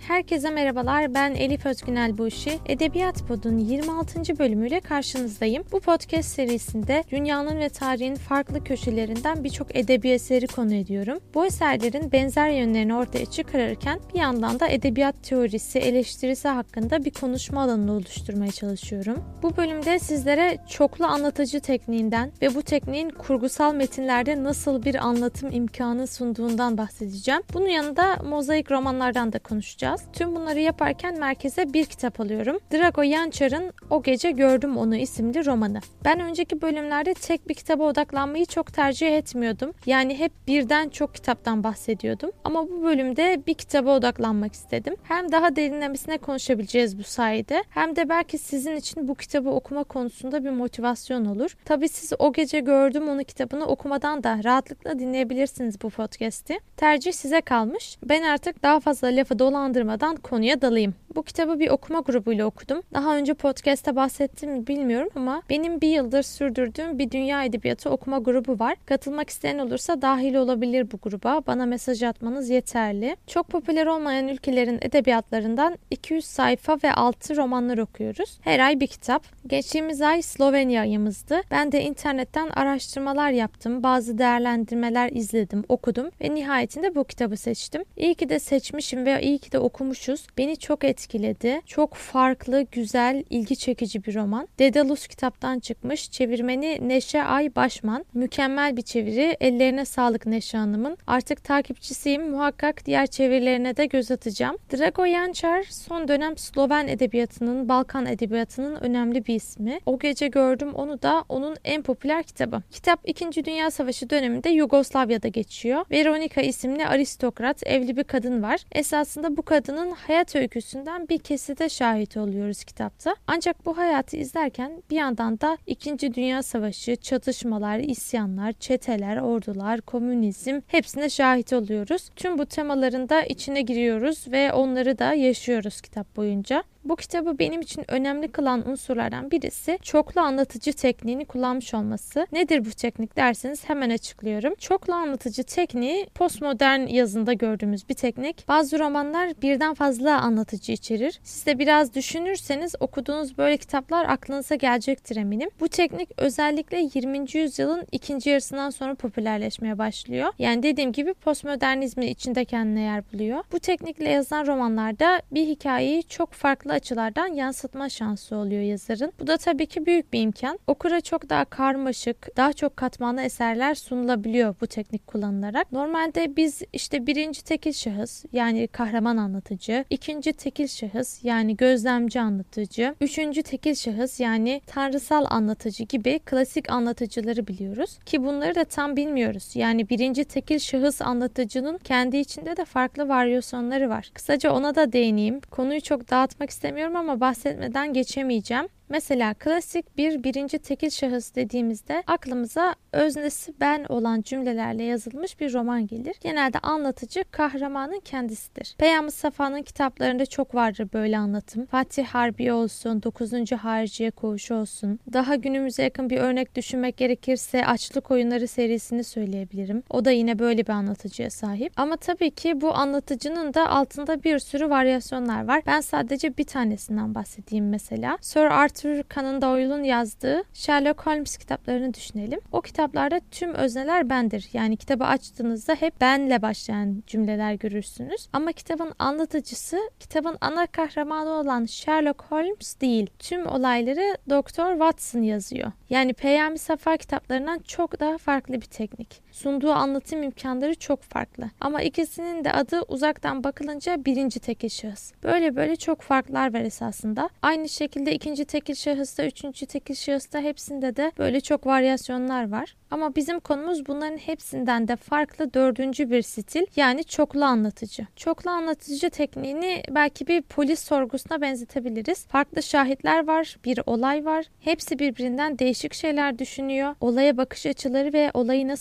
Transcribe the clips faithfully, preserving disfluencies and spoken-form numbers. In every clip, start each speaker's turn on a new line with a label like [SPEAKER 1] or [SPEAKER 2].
[SPEAKER 1] Herkese merhabalar, ben Elif Özgünel Buşi. Edebiyat Pod'un yirmi altıncı bölümüyle karşınızdayım. Bu podcast serisinde dünyanın ve tarihin farklı köşelerinden birçok edebi eseri konu ediyorum. Bu eserlerin benzer yönlerini ortaya çıkarırken bir yandan da edebiyat teorisi, eleştirisi hakkında bir konuşma alanını oluşturmaya çalışıyorum. Bu bölümde sizlere çoklu anlatıcı tekniğinden ve bu tekniğin kurgusal metinlerde nasıl bir anlatım imkanı sunduğundan bahsedeceğim. Bunun yanında mozaik romanlardan da konuşacağız. Tüm bunları yaparken merkeze bir kitap alıyorum. Drago Yançar'ın O Gece Gördüm Onu isimli romanı. Ben önceki bölümlerde tek bir kitaba odaklanmayı çok tercih etmiyordum. Yani hep birden çok kitaptan bahsediyordum. Ama bu bölümde bir kitaba odaklanmak istedim. Hem daha derinlemesine konuşabileceğiz bu sayede, hem de belki sizin için bu kitabı okuma konusunda bir motivasyon olur. Tabii siz O Gece Gördüm Onu kitabını okumadan da rahatlıkla dinleyebilirsiniz bu podcast'i. Tercih size kalmış. Ben artık daha fazla lafı dolandırmadan konuya dalayım. Bu kitabı bir okuma grubuyla okudum. Daha önce podcast'ta bahsettim mi bilmiyorum ama benim bir yıldır sürdürdüğüm bir dünya edebiyatı okuma grubu var. Katılmak isteyen olursa dahil olabilir bu gruba. Bana mesaj atmanız yeterli. Çok popüler olmayan ülkelerin edebiyatlarından iki yüz sayfa ve altı romanlar okuyoruz. Her ay bir kitap. Geçtiğimiz ay Slovenya ayımızdı. Ben de internetten araştırmalar yaptım. Bazı değerlendirmeler izledim, okudum ve nihayetinde bu kitabı seçtim. İyi ki de seçmişim ve iyi ki de okumuşuz. Beni çok etkiledi. Çok farklı, güzel, ilgi çekici bir roman. Dedalus kitaptan çıkmış. Çevirmeni Neşe Ay Başman. Mükemmel bir çeviri. Ellerine sağlık Neşe Hanım'ın. Artık takipçisiyim. Muhakkak diğer çevirilerine de göz atacağım. Drago Yançar son dönem Sloven edebiyatının, Balkan edebiyatının önemli bir ismi. O Gece Gördüm Onu da onun en popüler kitabı. Kitap İkinci Dünya Savaşı döneminde Yugoslavya'da geçiyor. Veronika isimli aristokrat, evli bir kadın var. Esasında bu kadının hayat öyküsünden bir kesite şahit oluyoruz kitapta. Ancak bu hayatı izlerken bir yandan da İkinci Dünya Savaşı, çatışmalar, isyanlar, çeteler, ordular, komünizm hepsine şahit oluyoruz. Tüm bu temaların da içine giriyoruz ve onları da yaşıyoruz kitap boyunca. Bu kitabı benim için önemli kılan unsurlardan birisi çoklu anlatıcı tekniğini kullanmış olması. Nedir bu teknik derseniz hemen açıklıyorum. Çoklu anlatıcı tekniği postmodern yazında gördüğümüz bir teknik. Bazı romanlar birden fazla anlatıcı içerir. Siz de biraz düşünürseniz okuduğunuz böyle kitaplar aklınıza gelecektir eminim. Bu teknik özellikle yirminci yüzyılın ikinci yarısından sonra popülerleşmeye başlıyor. Yani dediğim gibi postmodernizmin içinde kendine yer buluyor. Bu teknikle yazılan romanlarda bir hikayeyi çok farklı açılardan yansıtma şansı oluyor yazarın. Bu da tabii ki büyük bir imkan. Okura çok daha karmaşık, daha çok katmanlı eserler sunulabiliyor bu teknik kullanılarak. Normalde biz işte birinci tekil şahıs yani kahraman anlatıcı, ikinci tekil şahıs yani gözlemci anlatıcı, üçüncü tekil şahıs yani tanrısal anlatıcı gibi klasik anlatıcıları biliyoruz. Ki bunları da tam bilmiyoruz. Yani birinci tekil şahıs anlatıcının kendi içinde de farklı varyasyonları var. Kısaca ona da değineyim. Konuyu çok dağıtmak istemiyorum ama bahsetmeden geçemeyeceğim. Mesela klasik bir birinci tekil şahıs dediğimizde aklımıza öznesi ben olan cümlelerle yazılmış bir roman gelir. Genelde anlatıcı kahramanın kendisidir. Peyam-ı Safa'nın kitaplarında çok vardır böyle anlatım. Fatih Harbiye olsun, dokuzuncu Hariciye Koğuşu olsun. Daha günümüze yakın bir örnek düşünmek gerekirse Açlık Oyunları serisini söyleyebilirim. O da yine böyle bir anlatıcıya sahip. Ama tabii ki bu anlatıcının da altında bir sürü varyasyonlar var. Ben sadece bir tanesinden bahsedeyim mesela. Sir Arthur Arthur Conan Doyle'un yazdığı Sherlock Holmes kitaplarını düşünelim. O kitaplarda tüm özneler bendir. Yani kitabı açtığınızda hep benle başlayan cümleler görürsünüz. Ama kitabın anlatıcısı, kitabın ana kahramanı olan Sherlock Holmes değil. Tüm olayları Doktor Watson yazıyor. Yani Peyami Safa kitaplarından çok daha farklı bir teknik. Sunduğu anlatım imkanları çok farklı. Ama ikisinin de adı uzaktan bakılınca birinci tekil şahıs. Böyle böyle çok farklar var esasında. Aynı şekilde ikinci tekil şahısta, üçüncü tekil şahısta hepsinde de böyle çok varyasyonlar var. Ama bizim konumuz bunların hepsinden de farklı dördüncü bir stil, yani çoklu anlatıcı. Çoklu anlatıcı tekniğini belki bir polis sorgusuna benzetebiliriz. Farklı şahitler var, bir olay var. Hepsi birbirinden değişik şeyler düşünüyor. Olaya bakış açıları ve olayı nasıl değerlendiriyorlar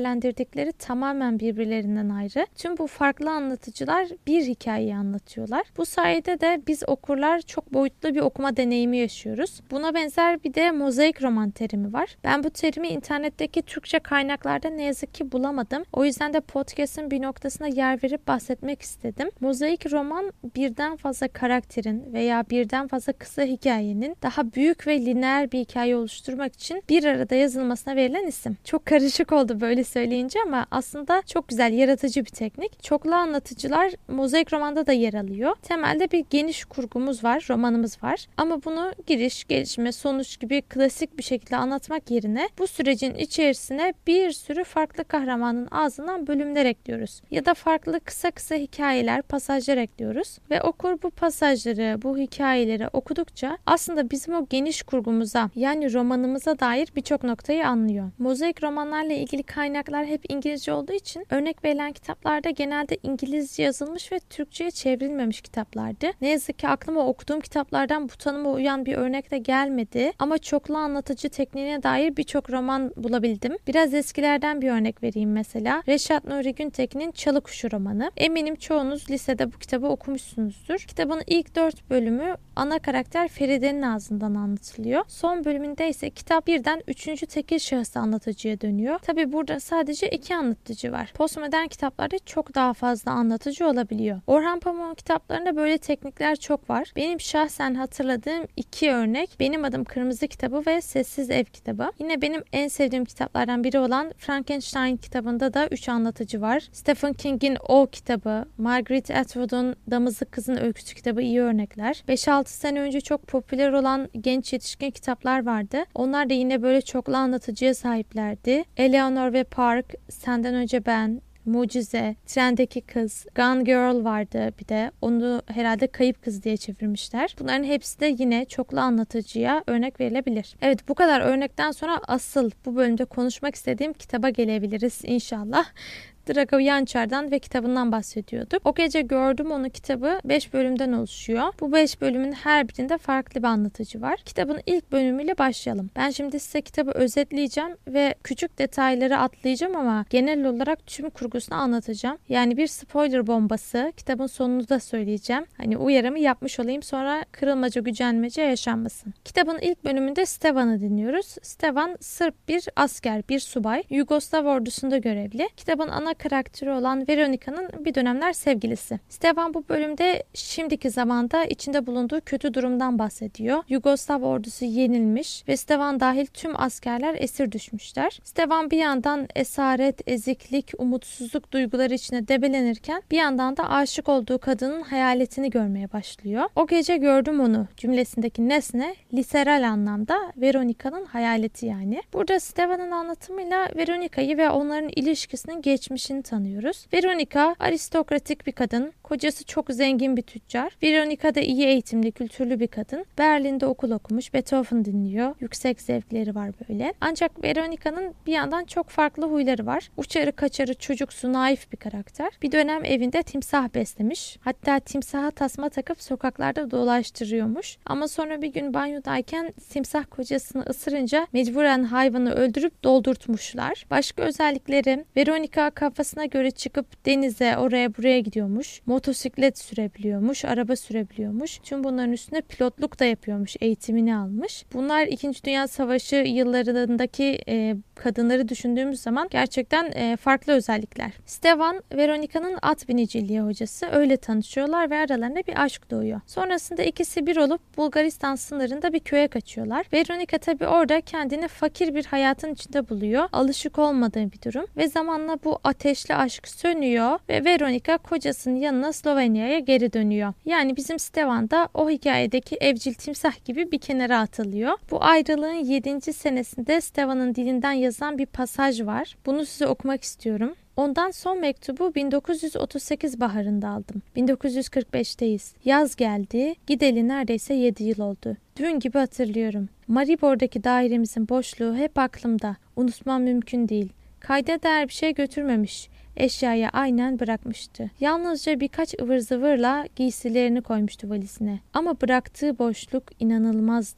[SPEAKER 1] değerlendirdikleri tamamen birbirlerinden ayrı. Tüm bu farklı anlatıcılar bir hikayeyi anlatıyorlar. Bu sayede de biz okurlar çok boyutlu bir okuma deneyimi yaşıyoruz. Buna benzer bir de mozaik roman terimi var. Ben bu terimi internetteki Türkçe kaynaklarda ne yazık ki bulamadım. O yüzden de podcast'ın bir noktasına yer verip bahsetmek istedim. Mozaik roman birden fazla karakterin veya birden fazla kısa hikayenin daha büyük ve lineer bir hikaye oluşturmak için bir arada yazılmasına verilen isim. Çok karışık oldu böyle söyleyince ama aslında çok güzel, yaratıcı bir teknik. Çoklu anlatıcılar mozaik romanda da yer alıyor. Temelde bir geniş kurgumuz var, romanımız var. Ama bunu giriş, gelişme, sonuç gibi klasik bir şekilde anlatmak yerine bu sürecin içerisine bir sürü farklı kahramanın ağzından bölümler ekliyoruz. Ya da farklı kısa kısa hikayeler, pasajlar ekliyoruz. Ve okur bu pasajları, bu hikayeleri okudukça aslında bizim o geniş kurgumuza, yani romanımıza dair birçok noktayı anlıyor. Mozaik romanlarla ilgili kaynaklar hep İngilizce olduğu için örnek verilen kitaplarda genelde İngilizce yazılmış ve Türkçe'ye çevrilmemiş kitaplardı. Ne yazık ki aklıma okuduğum kitaplardan bu tanıma uyan bir örnek de gelmedi ama çoklu anlatıcı tekniğine dair birçok roman bulabildim. Biraz eskilerden bir örnek vereyim mesela. Reşat Nuri Güntekin'in Çalı Kuşu romanı. Eminim çoğunuz lisede bu kitabı okumuşsunuzdur. Kitabın ilk dört bölümü ana karakter Feride'nin ağzından anlatılıyor. Son bölümünde ise kitap birden üçüncü tekil şahıs anlatıcıya dönüyor. Tabi burada sadece iki anlatıcı var. Postmodern kitaplarda çok daha fazla anlatıcı olabiliyor. Orhan Pamuk'un kitaplarında böyle teknikler çok var. Benim şahsen hatırladığım iki örnek Benim Adım Kırmızı kitabı ve Sessiz Ev kitabı. Yine benim en sevdiğim kitaplardan biri olan Frankenstein kitabında da üç anlatıcı var. Stephen King'in O kitabı, Margaret Atwood'un Damızlık Kızın Öyküsü kitabı iyi örnekler. beş altı sene önce çok popüler olan genç yetişkin kitaplar vardı. Onlar da yine böyle çoklu anlatıcıya sahiplerdi. Eleanor ve Park, Senden Önce Ben, Mucize, Trendeki Kız, Gone Girl vardı bir de. Onu herhalde Kayıp Kız diye çevirmişler. Bunların hepsi de yine çoklu anlatıcıya örnek verilebilir. Evet, bu kadar örnekten sonra asıl bu bölümde konuşmak istediğim kitaba gelebiliriz inşallah. Drago Yançar'dan ve kitabından bahsediyorduk. O Gece Gördüm Onu kitabı beş bölümden oluşuyor. Bu beş bölümün her birinde farklı bir anlatıcı var. Kitabın ilk bölümüyle başlayalım. Ben şimdi size kitabı özetleyeceğim ve küçük detayları atlayacağım ama genel olarak tüm kurgusunu anlatacağım. Yani bir spoiler bombası. Kitabın sonunu da söyleyeceğim. Hani uyarımı yapmış olayım, sonra kırılmaca gücenmece yaşanmasın. Kitabın ilk bölümünde Stevan'ı dinliyoruz. Stevan Sırp bir asker, bir subay. Yugoslav ordusunda görevli. Kitabın ana karakteri olan Veronica'nın bir dönemler sevgilisi. Stevan bu bölümde şimdiki zamanda içinde bulunduğu kötü durumdan bahsediyor. Yugoslav ordusu yenilmiş ve Stevan dahil tüm askerler esir düşmüşler. Stevan bir yandan esaret, eziklik, umutsuzluk duyguları içine debelenirken bir yandan da aşık olduğu kadının hayaletini görmeye başlıyor. O gece gördüm onu cümlesindeki nesne literal anlamda Veronica'nın hayaleti yani. Burada Stevan'ın anlatımıyla Veronica'yı ve onların ilişkisinin geçmişini tanıyoruz. Veronica aristokratik bir kadın. Kocası çok zengin bir tüccar. Veronica da iyi eğitimli, kültürlü bir kadın. Berlin'de okul okumuş. Beethoven dinliyor. Yüksek zevkleri var böyle. Ancak Veronica'nın bir yandan çok farklı huyları var. Uçarı kaçarı, çocuksu, naif bir karakter. Bir dönem evinde timsah beslemiş. Hatta timsaha tasma takıp sokaklarda dolaştırıyormuş. Ama sonra bir gün banyodayken timsah kocasını ısırınca mecburen hayvanı öldürüp doldurtmuşlar. Başka özellikleri Veronica kafasına göre çıkıp denize, oraya buraya gidiyormuş. Motosiklet sürebiliyormuş, araba sürebiliyormuş. Tüm bunların üstüne pilotluk da yapıyormuş, eğitimini almış. Bunlar İkinci Dünya Savaşı yıllarındaki e, kadınları düşündüğümüz zaman gerçekten e, farklı özellikler. Stevan, Veronica'nın at biniciliği hocası. Öyle tanışıyorlar ve aralarında bir aşk doğuyor. Sonrasında ikisi bir olup Bulgaristan sınırında bir köye kaçıyorlar. Veronica tabii orada kendini fakir bir hayatın içinde buluyor. Alışık olmadığı bir durum ve zamanla bu ateşli aşk sönüyor ve Veronica kocasının yanına Slovenya'ya geri dönüyor. Yani bizim Stevan da o hikayedeki evcil timsah gibi bir kenara atılıyor. Bu ayrılığın yedinci senesinde Stevan'ın dilinden yazılan bir pasaj var. Bunu size okumak istiyorum. Ondan son mektubu bin dokuz yüz otuz sekiz baharında aldım. bin dokuz yüz kırk beşteyiz. Yaz geldi. Gideli neredeyse yedi yıl oldu. Dün gibi hatırlıyorum. Maribor'daki dairemizin boşluğu hep aklımda. Unutmam mümkün değil. Kayda değer bir şey götürmemiş. Eşyayı aynen bırakmıştı. Yalnızca birkaç ıvır zıvırla giysilerini koymuştu valizine. Ama bıraktığı boşluk inanılmazdı.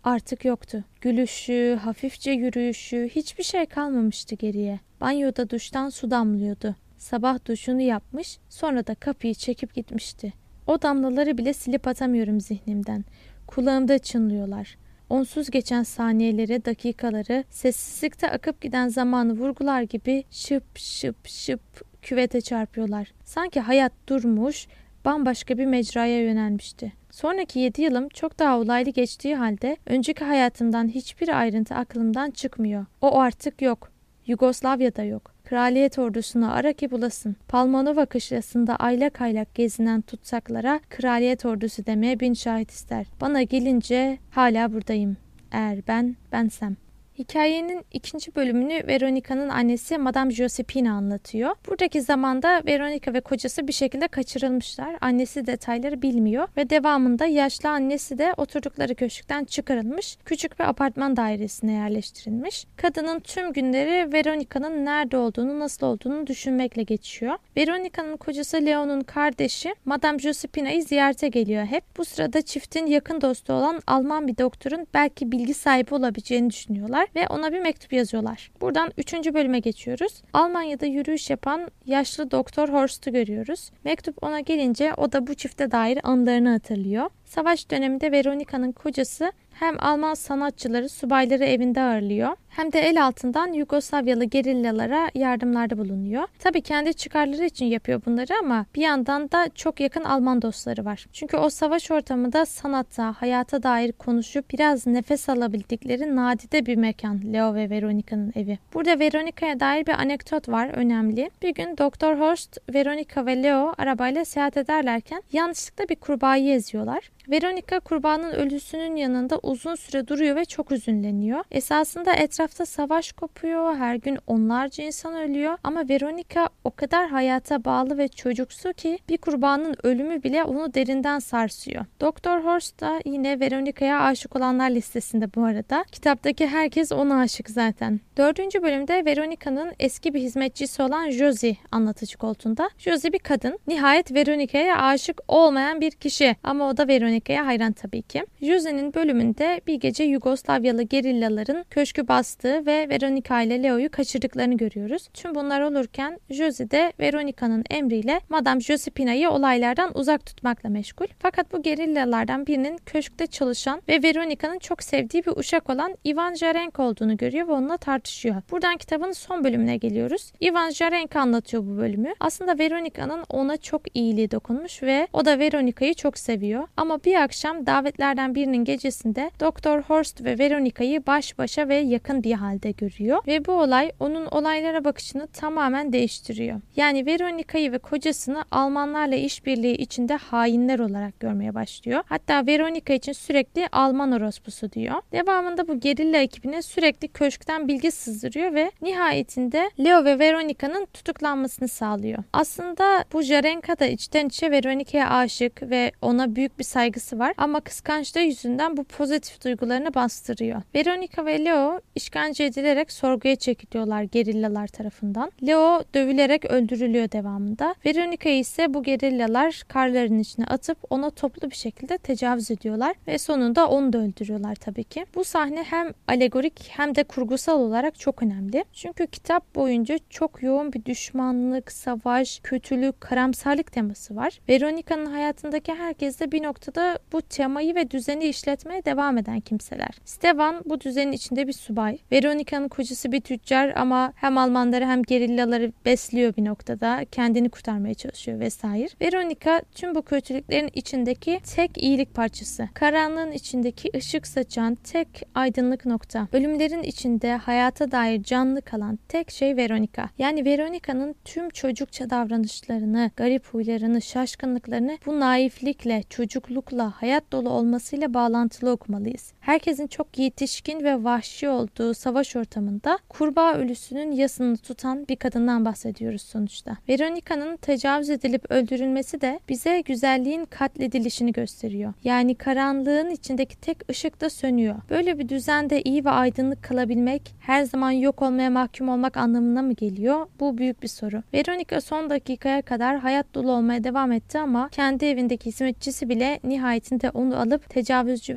[SPEAKER 1] artık yoktu. Gülüşü, hafifçe yürüyüşü, hiçbir şey kalmamıştı geriye. Banyoda duştan su damlıyordu. Sabah duşunu yapmış, sonra da kapıyı çekip gitmişti. O damlaları bile silip atamıyorum zihnimden. Kulağımda çınlıyorlar. Onsuz geçen saniyeleri, dakikaları, sessizlikte akıp giden zamanı vurgular gibi şıp şıp şıp küvete çarpıyorlar. Sanki hayat durmuş, bambaşka bir mecraya yönelmişti. Sonraki yedi yılım çok daha olaylı geçtiği halde önceki hayatımdan hiçbir ayrıntı aklımdan çıkmıyor. O artık yok. Yugoslavya'da yok. Kraliyet ordusunu ara ki bulasın. Palmanova kışlasında aylak aylak gezinen tutsaklara kraliyet ordusu demeye bin şahit ister. Bana gelince hala buradayım. Eğer ben bensem. Hikayenin ikinci bölümünü Veronica'nın annesi Madame Josephine anlatıyor. Buradaki zamanda Veronica ve kocası bir şekilde kaçırılmışlar. Annesi detayları bilmiyor ve devamında yaşlı annesi de oturdukları köşkten çıkarılmış, küçük bir apartman dairesine yerleştirilmiş. Kadının tüm günleri Veronica'nın nerede olduğunu, nasıl olduğunu düşünmekle geçiyor. Veronica'nın kocası Leo'nun kardeşi Madame Josephine'yi ziyarete geliyor hep. Bu sırada çiftin yakın dostu olan Alman bir doktorun belki bilgi sahibi olabileceğini düşünüyorlar ve ona bir mektup yazıyorlar. Buradan üçüncü bölüme geçiyoruz. Almanya'da yürüyüş yapan yaşlı Doktor Horst'u görüyoruz. Mektup ona gelince o da bu çifte dair anılarını hatırlıyor. Savaş döneminde Veronica'nın kocası hem Alman sanatçıları, subayları evinde ağırlıyor hem de el altından Yugoslavyalı gerillalara yardımlarda bulunuyor. Tabii kendi çıkarları için yapıyor bunları ama bir yandan da çok yakın Alman dostları var. Çünkü o savaş ortamında sanatta, hayata dair konuşup biraz nefes alabildikleri nadide bir mekan Leo ve Veronica'nın evi. Burada Veronica'ya dair bir anekdot var önemli. Bir gün Doktor Horst, Veronica ve Leo arabayla seyahat ederlerken yanlışlıkla bir kurbağayı eziyorlar. Veronica kurbanın ölüsünün yanında uzun süre duruyor ve çok üzünleniyor. Esasında etrafta savaş kopuyor, her gün onlarca insan ölüyor ama Veronica o kadar hayata bağlı ve çocuksu ki bir kurbanın ölümü bile onu derinden sarsıyor. Doktor Horst da yine Veronica'ya aşık olanlar listesinde bu arada. Kitaptaki herkes ona aşık zaten. Dördüncü bölümde Veronica'nın eski bir hizmetçisi olan Josie anlatıcı koltuğunda. Josie bir kadın. Nihayet Veronica'ya aşık olmayan bir kişi ama o da Veronica'ya hayran tabii ki. Josie'nin bölümünde bir gece Yugoslavyalı gerillaların köşkü bastığı ve Veronica ile Leo'yu kaçırdıklarını görüyoruz. Tüm bunlar olurken Josie de Veronica'nın emriyle Madame Josephine'yi olaylardan uzak tutmakla meşgul. Fakat bu gerillalardan birinin köşkte çalışan ve Veronica'nın çok sevdiği bir uşak olan Ivan Jarenko olduğunu görüyor ve onunla tartışıyor. Buradan kitabın son bölümüne geliyoruz. Ivan Jarenko anlatıyor bu bölümü. Aslında Veronica'nın ona çok iyiliği dokunmuş ve o da Veronica'yı çok seviyor. Ama bir akşam davetlerden birinin gecesinde Doktor Horst ve Veronica'yı baş başa ve yakın bir halde görüyor ve bu olay onun olaylara bakışını tamamen değiştiriyor. Yani Veronica'yı ve kocasını Almanlarla işbirliği içinde hainler olarak görmeye başlıyor. Hatta Veronica için sürekli Alman orospusu diyor. Devamında bu gerilla ekibine sürekli köşkten bilgi sızdırıyor ve nihayetinde Leo ve Veronica'nın tutuklanmasını sağlıyor. Aslında bu Jarenka da içten içe Veronica'ya aşık ve ona büyük bir saygısı var ama kıskançlığı yüzünden bu pozitif duygularını bastırıyor. Veronica ve Leo işkence edilerek sorguya çekiliyorlar gerillalar tarafından. Leo dövülerek öldürülüyor devamında. Veronica ise bu gerillalar karların içine atıp ona toplu bir şekilde tecavüz ediyorlar ve sonunda onu da öldürüyorlar tabii ki. Bu sahne hem alegorik hem de kurgusal olarak çok önemli. Çünkü kitap boyunca çok yoğun bir düşmanlık, savaş, kötülük, karamsarlık teması var. Veronica'nın hayatındaki herkes de bir noktada bu temayı ve düzeni işletmeye devam eden kimseler. Stevan bu düzenin içinde bir subay. Veronica'nın kocası bir tüccar ama hem Almanları hem gerillaları besliyor bir noktada. Kendini kurtarmaya çalışıyor vesaire. Veronica tüm bu kötülüklerin içindeki tek iyilik parçası. Karanlığın içindeki ışık saçan tek aydınlık nokta. Ölümlerin içinde hayata dair canlı kalan tek şey Veronica. Yani Veronica'nın tüm çocukça davranışlarını, garip huylarını, şaşkınlıklarını bu naiflikle, çocuklukla, hayat dolu olmasıyla bağlantılı okumalıyız. Herkesin çok yetişkin ve vahşi olduğu savaş ortamında kurbağa ölüsünün yasını tutan bir kadından bahsediyoruz sonuçta. Veronica'nın tecavüz edilip öldürülmesi de bize güzelliğin katledilişini gösteriyor. Yani karanlığın içindeki tek ışık da sönüyor. Böyle bir düzende iyi ve aydınlık kalabilmek her zaman yok olmaya mahkum olmak anlamına mı geliyor? Bu büyük bir soru. Veronica son dakikaya kadar hayat dolu olmaya devam etti ama kendi evindeki hizmetçisi bile nihayetinde onu alıp tecavüzcü ve katil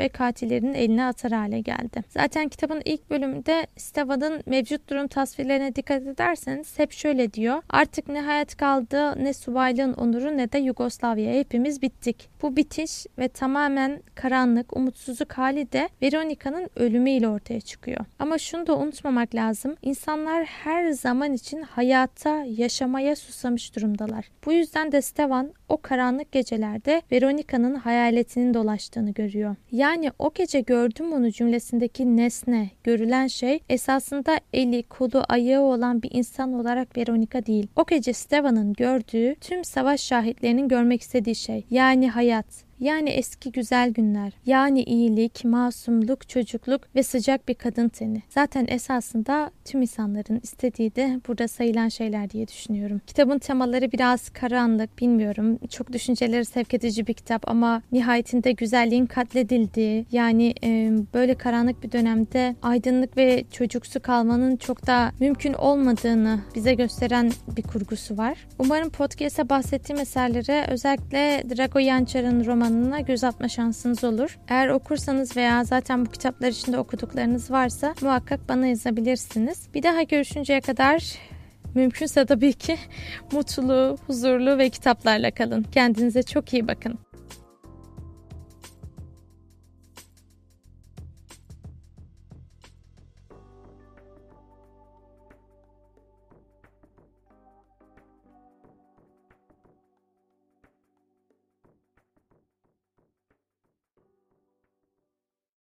[SPEAKER 1] yetkilerini eline atar hale geldi. Zaten kitabın ilk bölümünde Stevan'ın mevcut durum tasvirlerine dikkat ederseniz hep şöyle diyor. Artık ne hayat kaldı, ne subaylığın onuru, ne de Yugoslavya. Hepimiz bittik. Bu bitiş ve tamamen karanlık, umutsuzluk hali de Veronica'nın ölümüyle ortaya çıkıyor. Ama şunu da unutmamak lazım. İnsanlar her zaman için hayata, yaşamaya susamış durumdalar. Bu yüzden de Stevan o karanlık gecelerde Veronica'nın hayaletinin dolaştığını görüyor. Yani o gece gördüm onu cümlesindeki nesne, görülen şey esasında eli, kolu, ayağı olan bir insan olarak Veronica değil. O gece Stevan'ın gördüğü tüm savaş şahitlerinin görmek istediği şey. Yani hayat. Yani eski güzel günler, yani iyilik, masumluk, çocukluk ve sıcak bir kadın teni. Zaten esasında tüm insanların istediği de burada sayılan şeyler diye düşünüyorum. Kitabın temaları biraz karanlık, bilmiyorum. Çok düşünceleri sevk edici bir kitap ama nihayetinde güzelliğin katledildiği, yani e, böyle karanlık bir dönemde aydınlık ve çocuksu kalmanın çok da mümkün olmadığını bize gösteren bir kurgusu var. Umarım podcast'te bahsettiğim eserlere, özellikle Drago Yançar'ın romanı göz atma şansınız olur. Eğer okursanız veya zaten bu kitaplar içinde okuduklarınız varsa muhakkak bana yazabilirsiniz. Bir daha görüşünceye kadar mümkünse tabii ki mutlu, huzurlu ve kitaplarla kalın. Kendinize çok iyi bakın.